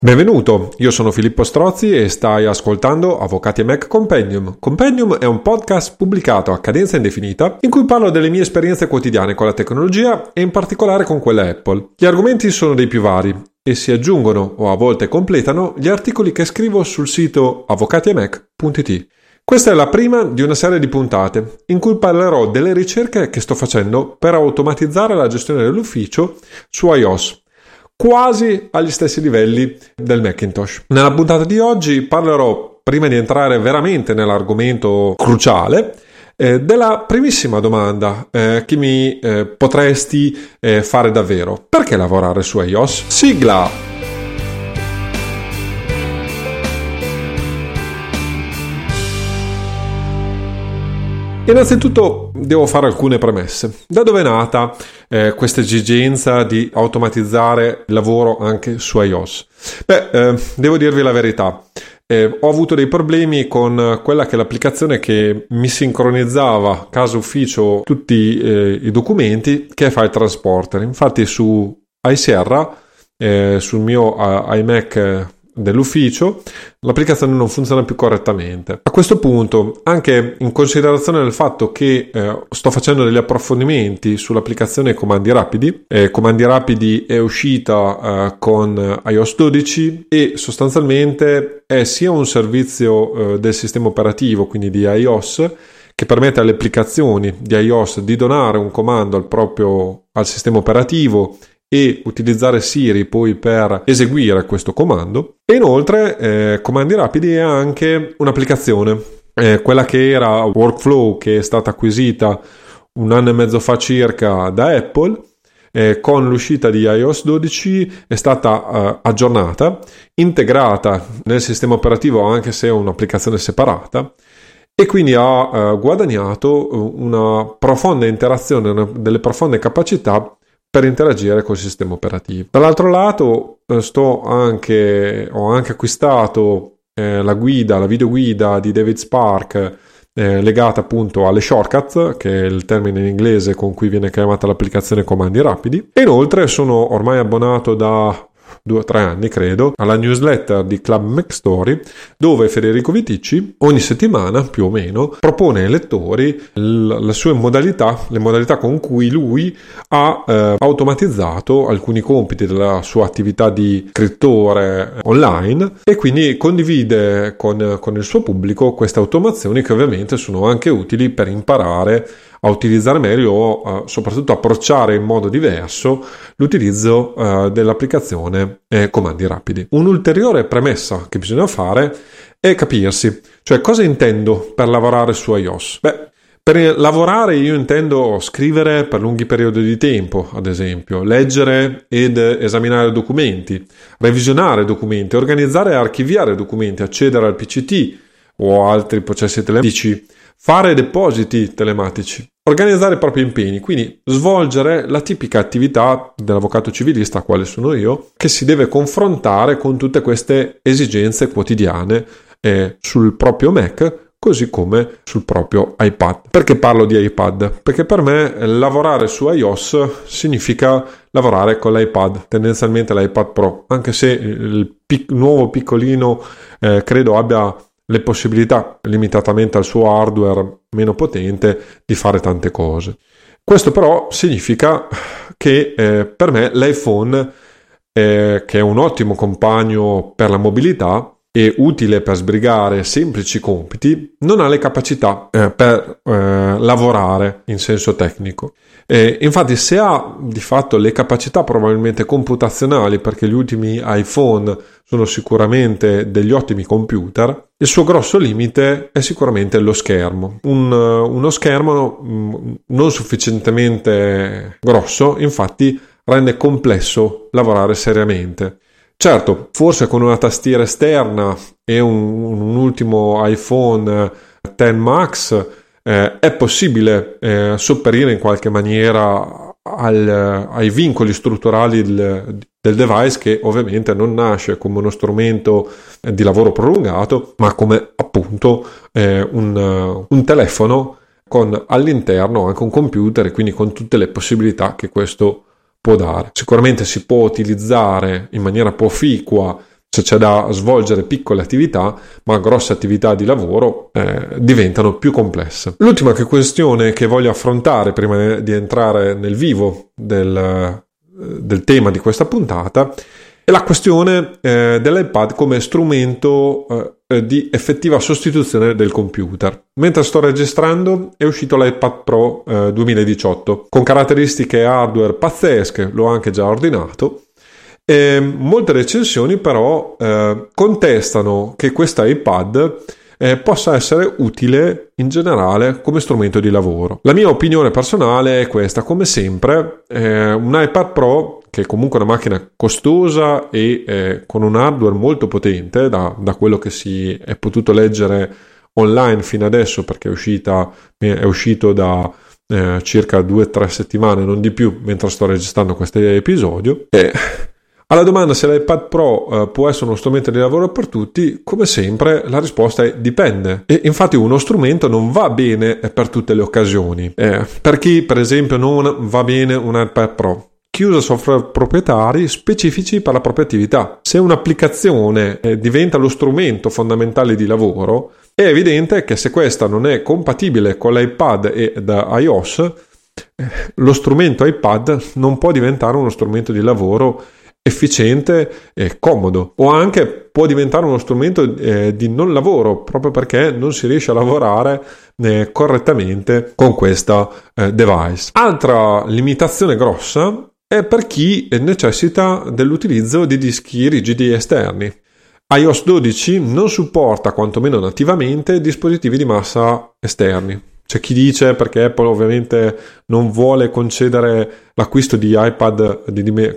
Benvenuto, io sono Filippo Strozzi e stai ascoltando Avvocati e Mac Compendium. Compendium è un podcast pubblicato a cadenza indefinita in cui parlo delle mie esperienze quotidiane con la tecnologia e in particolare con quella Apple. Gli argomenti sono dei più vari e si aggiungono o a volte completano gli articoli che scrivo sul sito avvocatiemac.it. Questa è la prima di una serie di puntate in cui parlerò delle ricerche che sto facendo per automatizzare la gestione dell'ufficio su iOS, quasi agli stessi livelli del Macintosh. Nella puntata di oggi parlerò, prima di entrare veramente nell'argomento cruciale, della primissima domanda che mi potresti fare davvero. Perché lavorare su iOS? Sigla! Innanzitutto devo fare alcune premesse. Da dove è nata questa esigenza di automatizzare il lavoro anche su iOS? Devo dirvi la verità. Ho avuto dei problemi con quella che è l'applicazione che mi sincronizzava casa ufficio tutti i documenti, che è File Transporter. Infatti su iSierra, sul mio iMac dell'ufficio, l'applicazione non funziona più correttamente. A questo punto, anche in considerazione del fatto che sto facendo degli approfondimenti sull'applicazione Comandi Rapidi, Comandi Rapidi è uscita con iOS 12 e sostanzialmente è sia un servizio del sistema operativo, quindi di iOS, che permette alle applicazioni di iOS di donare un comando al sistema operativo e utilizzare Siri poi per eseguire questo comando. E inoltre Comandi Rapidi è anche un'applicazione, quella che era Workflow, che è stata acquisita 1 anno e mezzo fa circa da Apple. Con l'uscita di iOS 12 è stata aggiornata, integrata nel sistema operativo anche se è un'applicazione separata, e quindi ha guadagnato una profonda interazione, delle profonde capacità per interagire col sistema operativo. Dall'altro lato ho anche acquistato la videoguida di David Spark legata appunto alle shortcuts, che è il termine in inglese con cui viene chiamata l'applicazione Comandi Rapidi, e inoltre sono ormai abbonato da 2 o 3 anni credo alla newsletter di Club MacStory, dove Federico Viticci ogni settimana più o meno propone ai lettori le sue modalità, le modalità con cui lui ha automatizzato alcuni compiti della sua attività di scrittore online, e quindi condivide con il suo pubblico queste automazioni che ovviamente sono anche utili per imparare a utilizzare meglio o soprattutto approcciare in modo diverso l'utilizzo dell'applicazione Comandi Rapidi. Un'ulteriore premessa che bisogna fare è capirsi, cioè cosa intendo per lavorare su iOS? Per lavorare io intendo scrivere per lunghi periodi di tempo, ad esempio, leggere ed esaminare documenti, revisionare documenti, organizzare e archiviare documenti, accedere al PCT o altri processi telematici, fare depositi telematici, organizzare i propri impegni, quindi svolgere la tipica attività dell'avvocato civilista, quale sono io, che si deve confrontare con tutte queste esigenze quotidiane sul proprio Mac, così come sul proprio iPad. Perché parlo di iPad? Perché per me lavorare su iOS significa lavorare con l'iPad, tendenzialmente l'iPad Pro, anche se il nuovo piccolino credo abbia le possibilità, limitatamente al suo hardware meno potente, di fare tante cose. Questo però significa che per me l'iPhone, che è un ottimo compagno per la mobilità e utile per sbrigare semplici compiti, non ha le capacità per lavorare in senso tecnico. Infatti, se ha di fatto le capacità probabilmente computazionali, perché gli ultimi iPhone sono sicuramente degli ottimi computer, il suo grosso limite è sicuramente lo schermo. Uno schermo non sufficientemente grosso, infatti, rende complesso lavorare seriamente. Certo, forse con una tastiera esterna e un ultimo iPhone X Max è possibile sopperire in qualche maniera ai vincoli strutturali del device, che ovviamente non nasce come uno strumento di lavoro prolungato, ma come appunto un telefono con all'interno anche un computer, e quindi con tutte le possibilità che questo può dare. Sicuramente si può utilizzare in maniera proficua se c'è da svolgere piccole attività, ma grosse attività di lavoro diventano più complesse. L'ultima questione che voglio affrontare prima di entrare nel vivo del tema di questa puntata è la questione dell'iPad come strumento di effettiva sostituzione del computer. Mentre sto registrando è uscito l'iPad Pro 2018 con caratteristiche hardware pazzesche, l'ho anche già ordinato. Molte recensioni però contestano che questo iPad possa essere utile in generale come strumento di lavoro. La mia opinione personale è questa: come sempre un iPad Pro, che è comunque una macchina costosa e con un hardware molto potente, da quello che si è potuto leggere online fino adesso, perché è uscito da circa 2-3 settimane, non di più, mentre sto registrando questo episodio. Alla domanda se l'iPad Pro può essere uno strumento di lavoro per tutti, come sempre la risposta è dipende. E infatti uno strumento non va bene per tutte le occasioni. Per chi per esempio non va bene un iPad Pro? Chi usa software proprietari specifici per la propria attività. Se un'applicazione diventa lo strumento fondamentale di lavoro, è evidente che se questa non è compatibile con l'iPad e da iOS, lo strumento iPad non può diventare uno strumento di lavoro efficiente e comodo, o anche può diventare uno strumento di non lavoro, proprio perché non si riesce a lavorare correttamente con questa device. Altra limitazione grossa è per chi necessita dell'utilizzo di dischi rigidi esterni. iOS 12 non supporta, quantomeno nativamente, dispositivi di massa esterni. C'è chi dice, perché Apple ovviamente non vuole concedere l'acquisto di iPad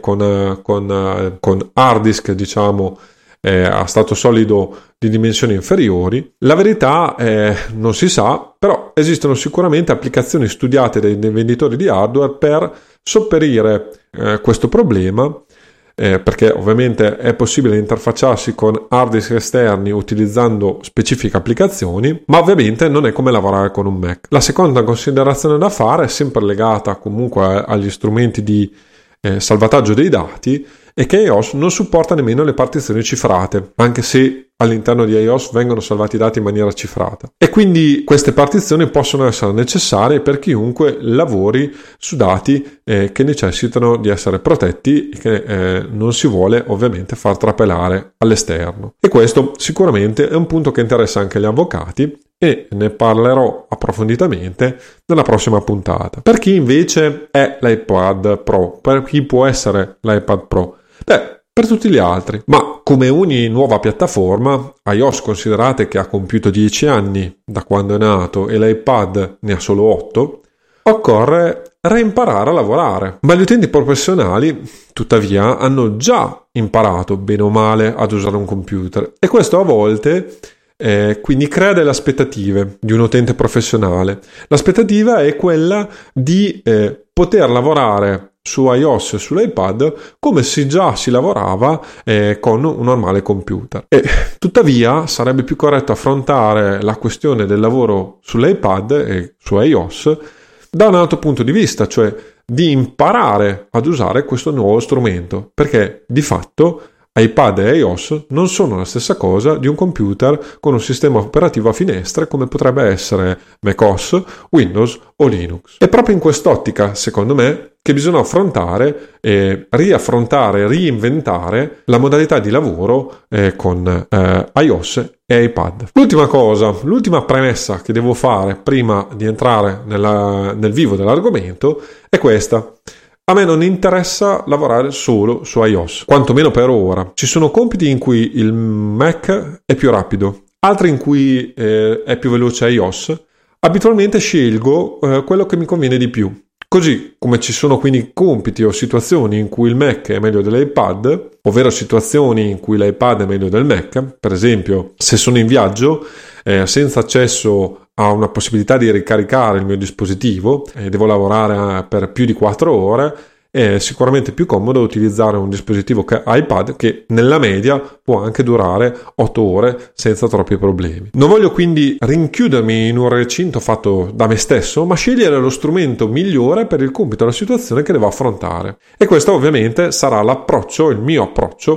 con hard disk, diciamo, a stato solido di dimensioni inferiori. La verità non si sa, però esistono sicuramente applicazioni studiate dai venditori di hardware per sopperire questo problema, perché ovviamente è possibile interfacciarsi con hard disk esterni utilizzando specifiche applicazioni, ma ovviamente non è come lavorare con un Mac. La seconda considerazione da fare è sempre legata comunque agli strumenti di salvataggio dei dati, è che iOS non supporta nemmeno le partizioni cifrate, anche se all'interno di iOS vengono salvati i dati in maniera cifrata. E quindi queste partizioni possono essere necessarie per chiunque lavori su dati che necessitano di essere protetti e che non si vuole ovviamente far trapelare all'esterno. E questo sicuramente è un punto che interessa anche gli avvocati, e ne parlerò approfonditamente nella prossima puntata. Per chi invece è l'iPad Pro, per chi può essere l'iPad Pro? Per tutti gli altri. Ma come ogni nuova piattaforma, iOS, considerate che ha compiuto 10 anni da quando è nato e l'iPad ne ha solo 8, occorre reimparare a lavorare. Ma gli utenti professionali, tuttavia, hanno già imparato bene o male ad usare un computer, e questo a volte quindi crea delle aspettative di un utente professionale. L'aspettativa è quella di poter lavorare su iOS e sull'iPad come se già si lavorava con un normale computer. E tuttavia sarebbe più corretto affrontare la questione del lavoro sull'iPad e su iOS da un altro punto di vista, cioè di imparare ad usare questo nuovo strumento, perché di fatto iPad e iOS non sono la stessa cosa di un computer con un sistema operativo a finestre come potrebbe essere macOS, Windows o Linux. È proprio in quest'ottica, secondo me, che bisogna affrontare, reinventare la modalità di lavoro con iOS e iPad. L'ultima premessa che devo fare prima di entrare nel vivo dell'argomento è questa. A me non interessa lavorare solo su iOS, quantomeno per ora. Ci sono compiti in cui il Mac è più rapido, altri in cui è più veloce iOS. Abitualmente scelgo quello che mi conviene di più. Così come ci sono quindi compiti o situazioni in cui il Mac è meglio dell'iPad, ovvero situazioni in cui l'iPad è meglio del Mac, per esempio se sono in viaggio senza accesso a una possibilità di ricaricare il mio dispositivo e devo lavorare per più di 4 ore, è sicuramente più comodo utilizzare un dispositivo iPad che nella media può anche durare 8 ore senza troppi problemi. Non voglio quindi rinchiudermi in un recinto fatto da me stesso, ma scegliere lo strumento migliore per il compito e la situazione che devo affrontare. E questo ovviamente sarà il mio approccio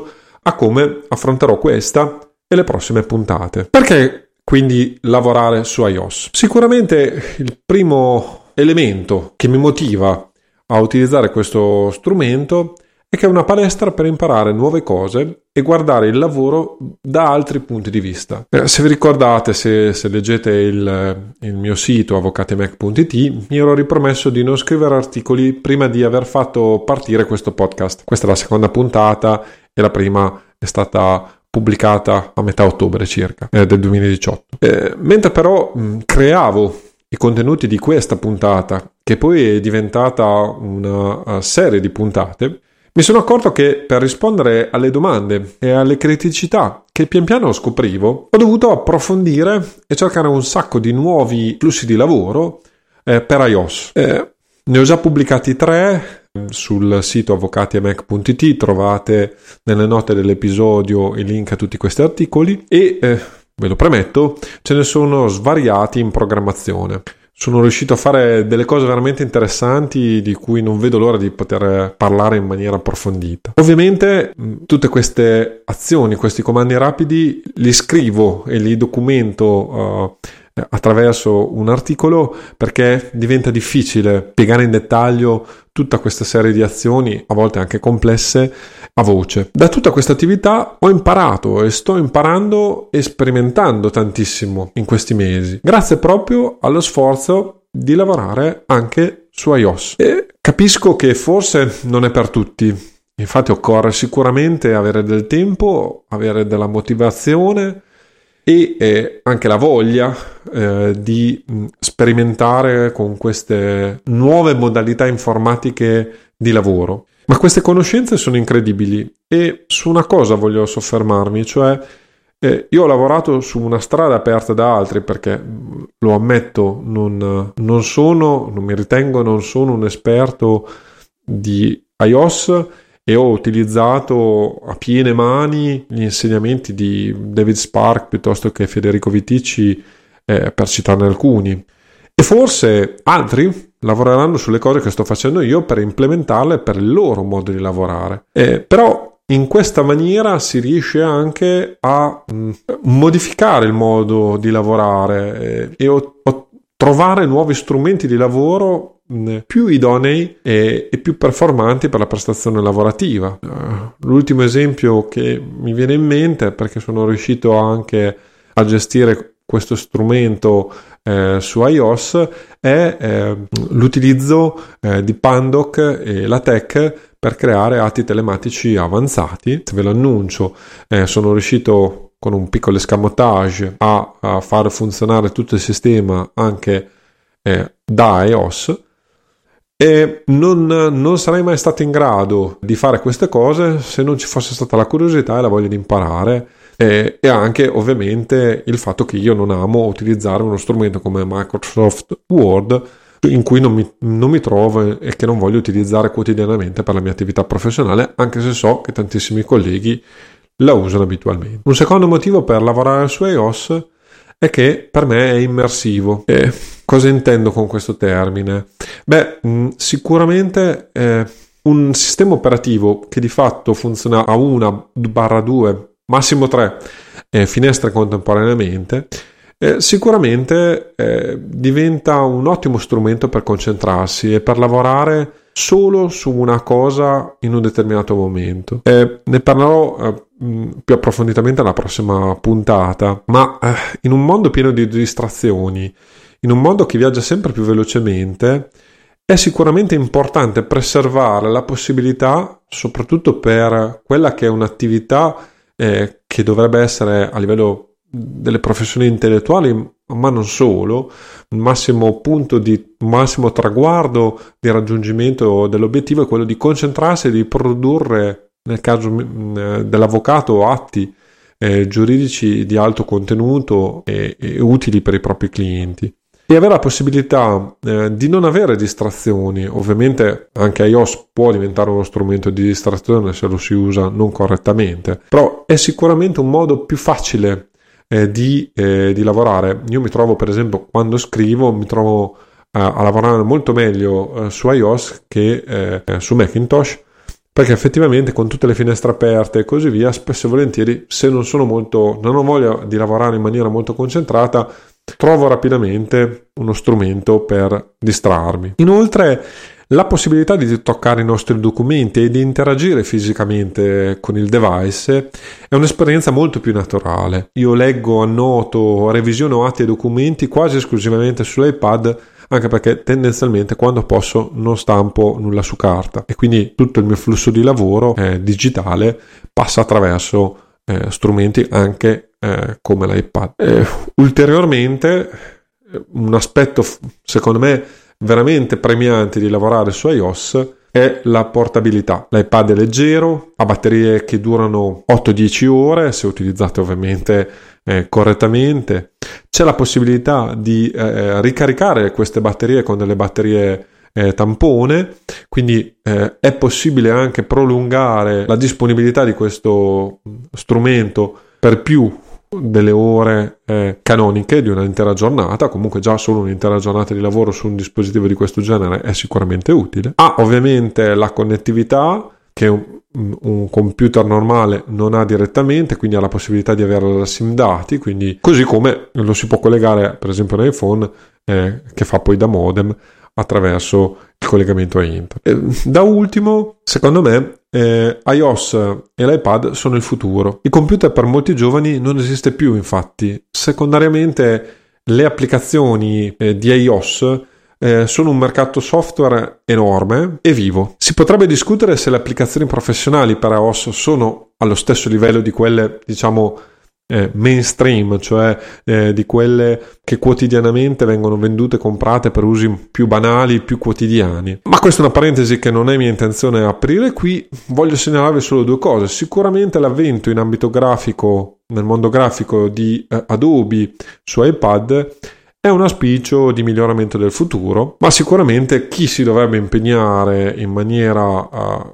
a come affronterò questa e le prossime puntate. Perché quindi lavorare su iOS? Sicuramente il primo elemento che mi motiva a utilizzare questo strumento è che è una palestra per imparare nuove cose e guardare il lavoro da altri punti di vista. Se vi ricordate, se leggete il mio sito avvocatiemac.it, mi ero ripromesso di non scrivere articoli prima di aver fatto partire questo podcast. Questa è la seconda puntata e la prima è stata pubblicata a metà ottobre circa del 2018. Mentre però creavo i contenuti di questa puntata, che poi è diventata una serie di puntate, mi sono accorto che per rispondere alle domande e alle criticità che pian piano scoprivo, ho dovuto approfondire e cercare un sacco di nuovi flussi di lavoro per iOS. Ne ho già pubblicati 3 sul sito avvocatiemac.it, trovate nelle note dell'episodio il link a tutti questi articoli e, ve lo premetto, ce ne sono svariati in programmazione. Sono riuscito a fare delle cose veramente interessanti di cui non vedo l'ora di poter parlare in maniera approfondita. Ovviamente tutte queste azioni, questi comandi rapidi li scrivo e li documento attraverso un articolo perché diventa difficile spiegare in dettaglio tutta questa serie di azioni, a volte anche complesse, a voce. Da tutta questa attività ho imparato e sto imparando e sperimentando tantissimo in questi mesi, grazie proprio allo sforzo di lavorare anche su iOS. E capisco che forse non è per tutti, infatti occorre sicuramente avere del tempo, avere della motivazione e anche la voglia di sperimentare con queste nuove modalità informatiche di lavoro. Ma queste conoscenze sono incredibili e su una cosa voglio soffermarmi, cioè io ho lavorato su una strada aperta da altri perché, lo ammetto, non mi ritengo, non sono un esperto di iOS e ho utilizzato a piene mani gli insegnamenti di David Spark piuttosto che Federico Viticci, per citarne alcuni. E forse altri lavoreranno sulle cose che sto facendo io per implementarle per il loro modo di lavorare. Però in questa maniera si riesce anche a modificare il modo di lavorare e trovare nuovi strumenti di lavoro più idonei e più performanti per la prestazione lavorativa. L'ultimo esempio che mi viene in mente, perché sono riuscito anche a gestire questo strumento su iOS, è l'utilizzo di Pandoc e LaTeX per creare atti telematici avanzati. Ve lo annuncio, sono riuscito con un piccolo escamotage a far funzionare tutto il sistema anche da iOS. E non sarei mai stato in grado di fare queste cose se non ci fosse stata la curiosità e la voglia di imparare e anche ovviamente il fatto che io non amo utilizzare uno strumento come Microsoft Word in cui non mi trovo e che non voglio utilizzare quotidianamente per la mia attività professionale, anche se so che tantissimi colleghi la usano abitualmente. Un secondo motivo per lavorare su iOS è che per me è immersivo. Cosa intendo con questo termine? Sicuramente un sistema operativo che di fatto funziona a 1/2, massimo 3 finestre contemporaneamente, sicuramente diventa un ottimo strumento per concentrarsi e per lavorare solo su una cosa in un determinato momento. Ne parlerò più approfonditamente alla prossima puntata, ma in un mondo pieno di distrazioni, in un mondo che viaggia sempre più velocemente, è sicuramente importante preservare la possibilità, soprattutto per quella che è un'attività che dovrebbe essere a livello delle professioni intellettuali, ma non solo, il massimo traguardo di raggiungimento dell'obiettivo è quello di concentrarsi e di produrre, nel caso dell'avvocato, atti giuridici di alto contenuto e utili per i propri clienti. E avere la possibilità di non avere distrazioni. Ovviamente anche iOS può diventare uno strumento di distrazione se lo si usa non correttamente, però è sicuramente un modo più facile di lavorare. Io mi trovo, per esempio, quando scrivo, mi trovo a lavorare molto meglio su iOS che su Macintosh, perché effettivamente con tutte le finestre aperte e così via, spesso e volentieri, se non ho voglia di lavorare in maniera molto concentrata, trovo rapidamente uno strumento per distrarmi. Inoltre, la possibilità di toccare i nostri documenti e di interagire fisicamente con il device è un'esperienza molto più naturale. Io leggo, annoto, revisiono atti e documenti quasi esclusivamente sull'iPad, anche perché tendenzialmente quando posso non stampo nulla su carta e quindi tutto il mio flusso di lavoro digitale passa attraverso strumenti anche come l'iPad. Ulteriormente, un aspetto secondo me veramente premiante di lavorare su iOS è la portabilità. L'iPad è leggero, ha batterie che durano 8-10 ore se utilizzate ovviamente correttamente. C'è la possibilità di ricaricare queste batterie con delle batterie tampone, quindi è possibile anche prolungare la disponibilità di questo strumento per più delle ore canoniche di un'intera giornata. Comunque già solo un'intera giornata di lavoro su un dispositivo di questo genere è sicuramente utile. Ha ovviamente la connettività che un computer normale non ha direttamente, quindi ha la possibilità di avere la SIM dati, quindi così come lo si può collegare per esempio a un iPhone che fa poi da modem attraverso il collegamento a internet. Da ultimo, secondo me iOS e l'iPad sono il futuro. Il computer per molti giovani non esiste più, infatti. Secondariamente le applicazioni di iOS sono un mercato software enorme e vivo. Si potrebbe discutere se le applicazioni professionali per iOS sono allo stesso livello di quelle, diciamo, mainstream, cioè di quelle che quotidianamente vengono vendute e comprate per usi più banali, più quotidiani. Ma questa è una parentesi che non è mia intenzione aprire qui. Voglio segnalarvi solo due cose. Sicuramente l'avvento in ambito grafico, nel mondo grafico, di Adobe su iPad è un auspicio di miglioramento del futuro, ma sicuramente chi si dovrebbe impegnare in maniera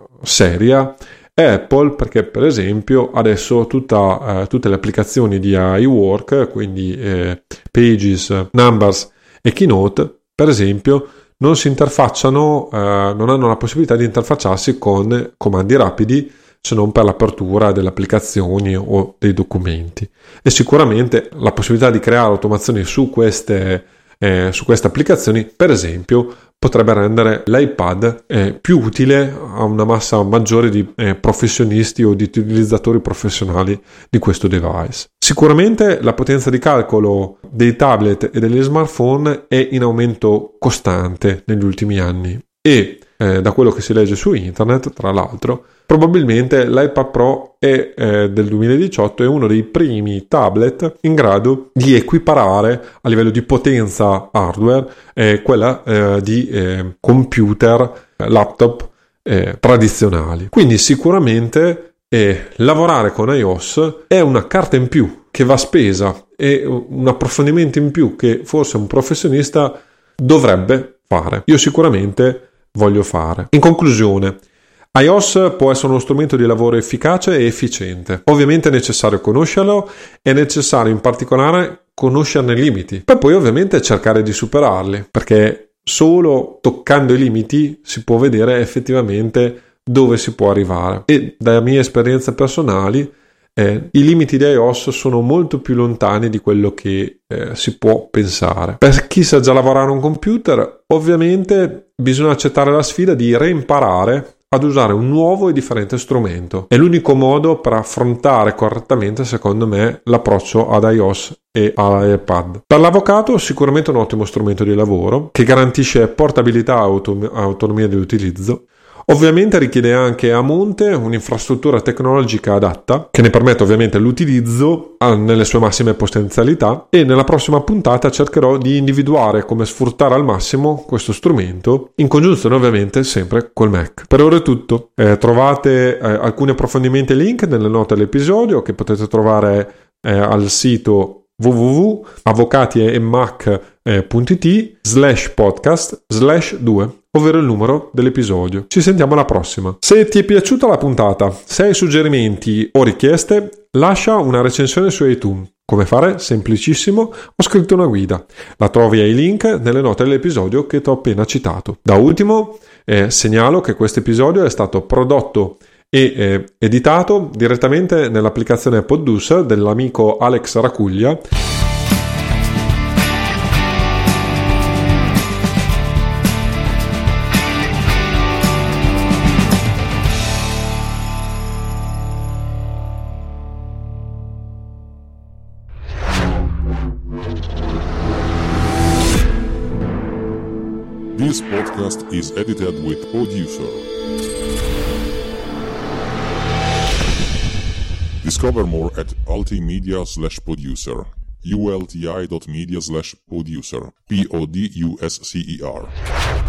seria è Apple, perché per esempio adesso tutte le applicazioni di iWork, quindi Pages, Numbers e Keynote, per esempio, non si interfacciano, non hanno la possibilità di interfacciarsi con comandi rapidi, se non per l'apertura delle applicazioni o dei documenti. E sicuramente la possibilità di creare automazioni su queste applicazioni, per esempio, potrebbe rendere l'iPad più utile a una massa maggiore di professionisti o di utilizzatori professionali di questo device. Sicuramente la potenza di calcolo dei tablet e degli smartphone è in aumento costante negli ultimi anni e da quello che si legge su internet, tra l'altro, probabilmente l'iPad Pro del 2018 è uno dei primi tablet in grado di equiparare a livello di potenza hardware quella di computer, laptop tradizionali. Quindi sicuramente lavorare con iOS è una carta in più che va spesa, e un approfondimento in più che forse un professionista dovrebbe fare. Io sicuramente voglio fare. In conclusione, iOS può essere uno strumento di lavoro efficace e efficiente. Ovviamente è necessario conoscerlo, è necessario in particolare conoscerne i limiti, per poi ovviamente cercare di superarli, perché solo toccando i limiti si può vedere effettivamente dove si può arrivare. E dalle mie esperienze personali i limiti di iOS sono molto più lontani di quello che si può pensare. Per chi sa già lavorare a un computer, ovviamente bisogna accettare la sfida di reimparare ad usare un nuovo e differente strumento. È l'unico modo per affrontare correttamente, secondo me, l'approccio ad iOS e all'iPad. Per l'avvocato sicuramente un ottimo strumento di lavoro che garantisce portabilità e autonomia di utilizzo. Ovviamente richiede anche a monte un'infrastruttura tecnologica adatta che ne permette ovviamente l'utilizzo nelle sue massime potenzialità, e nella prossima puntata cercherò di individuare come sfruttare al massimo questo strumento in congiunzione ovviamente sempre col Mac. Per ora è tutto. Trovate alcuni approfondimenti e link nelle note dell'episodio che potete trovare al sito www.avvocatiemac.it/podcast/2, ovvero il numero dell'episodio. Ci sentiamo alla prossima. Se ti è piaciuta la puntata, se hai suggerimenti o richieste, lascia una recensione su iTunes. Come fare? Semplicissimo, ho scritto una guida. La trovi ai link nelle note dell'episodio che ti ho appena citato. Da ultimo, segnalo che questo episodio è stato prodotto e editato direttamente nell'applicazione Podduser dell'amico Alex Racuglia. This podcast is edited with Podduser. Discover more at ultimedia/Podduser. ulti.media/Podduser. Poduscer.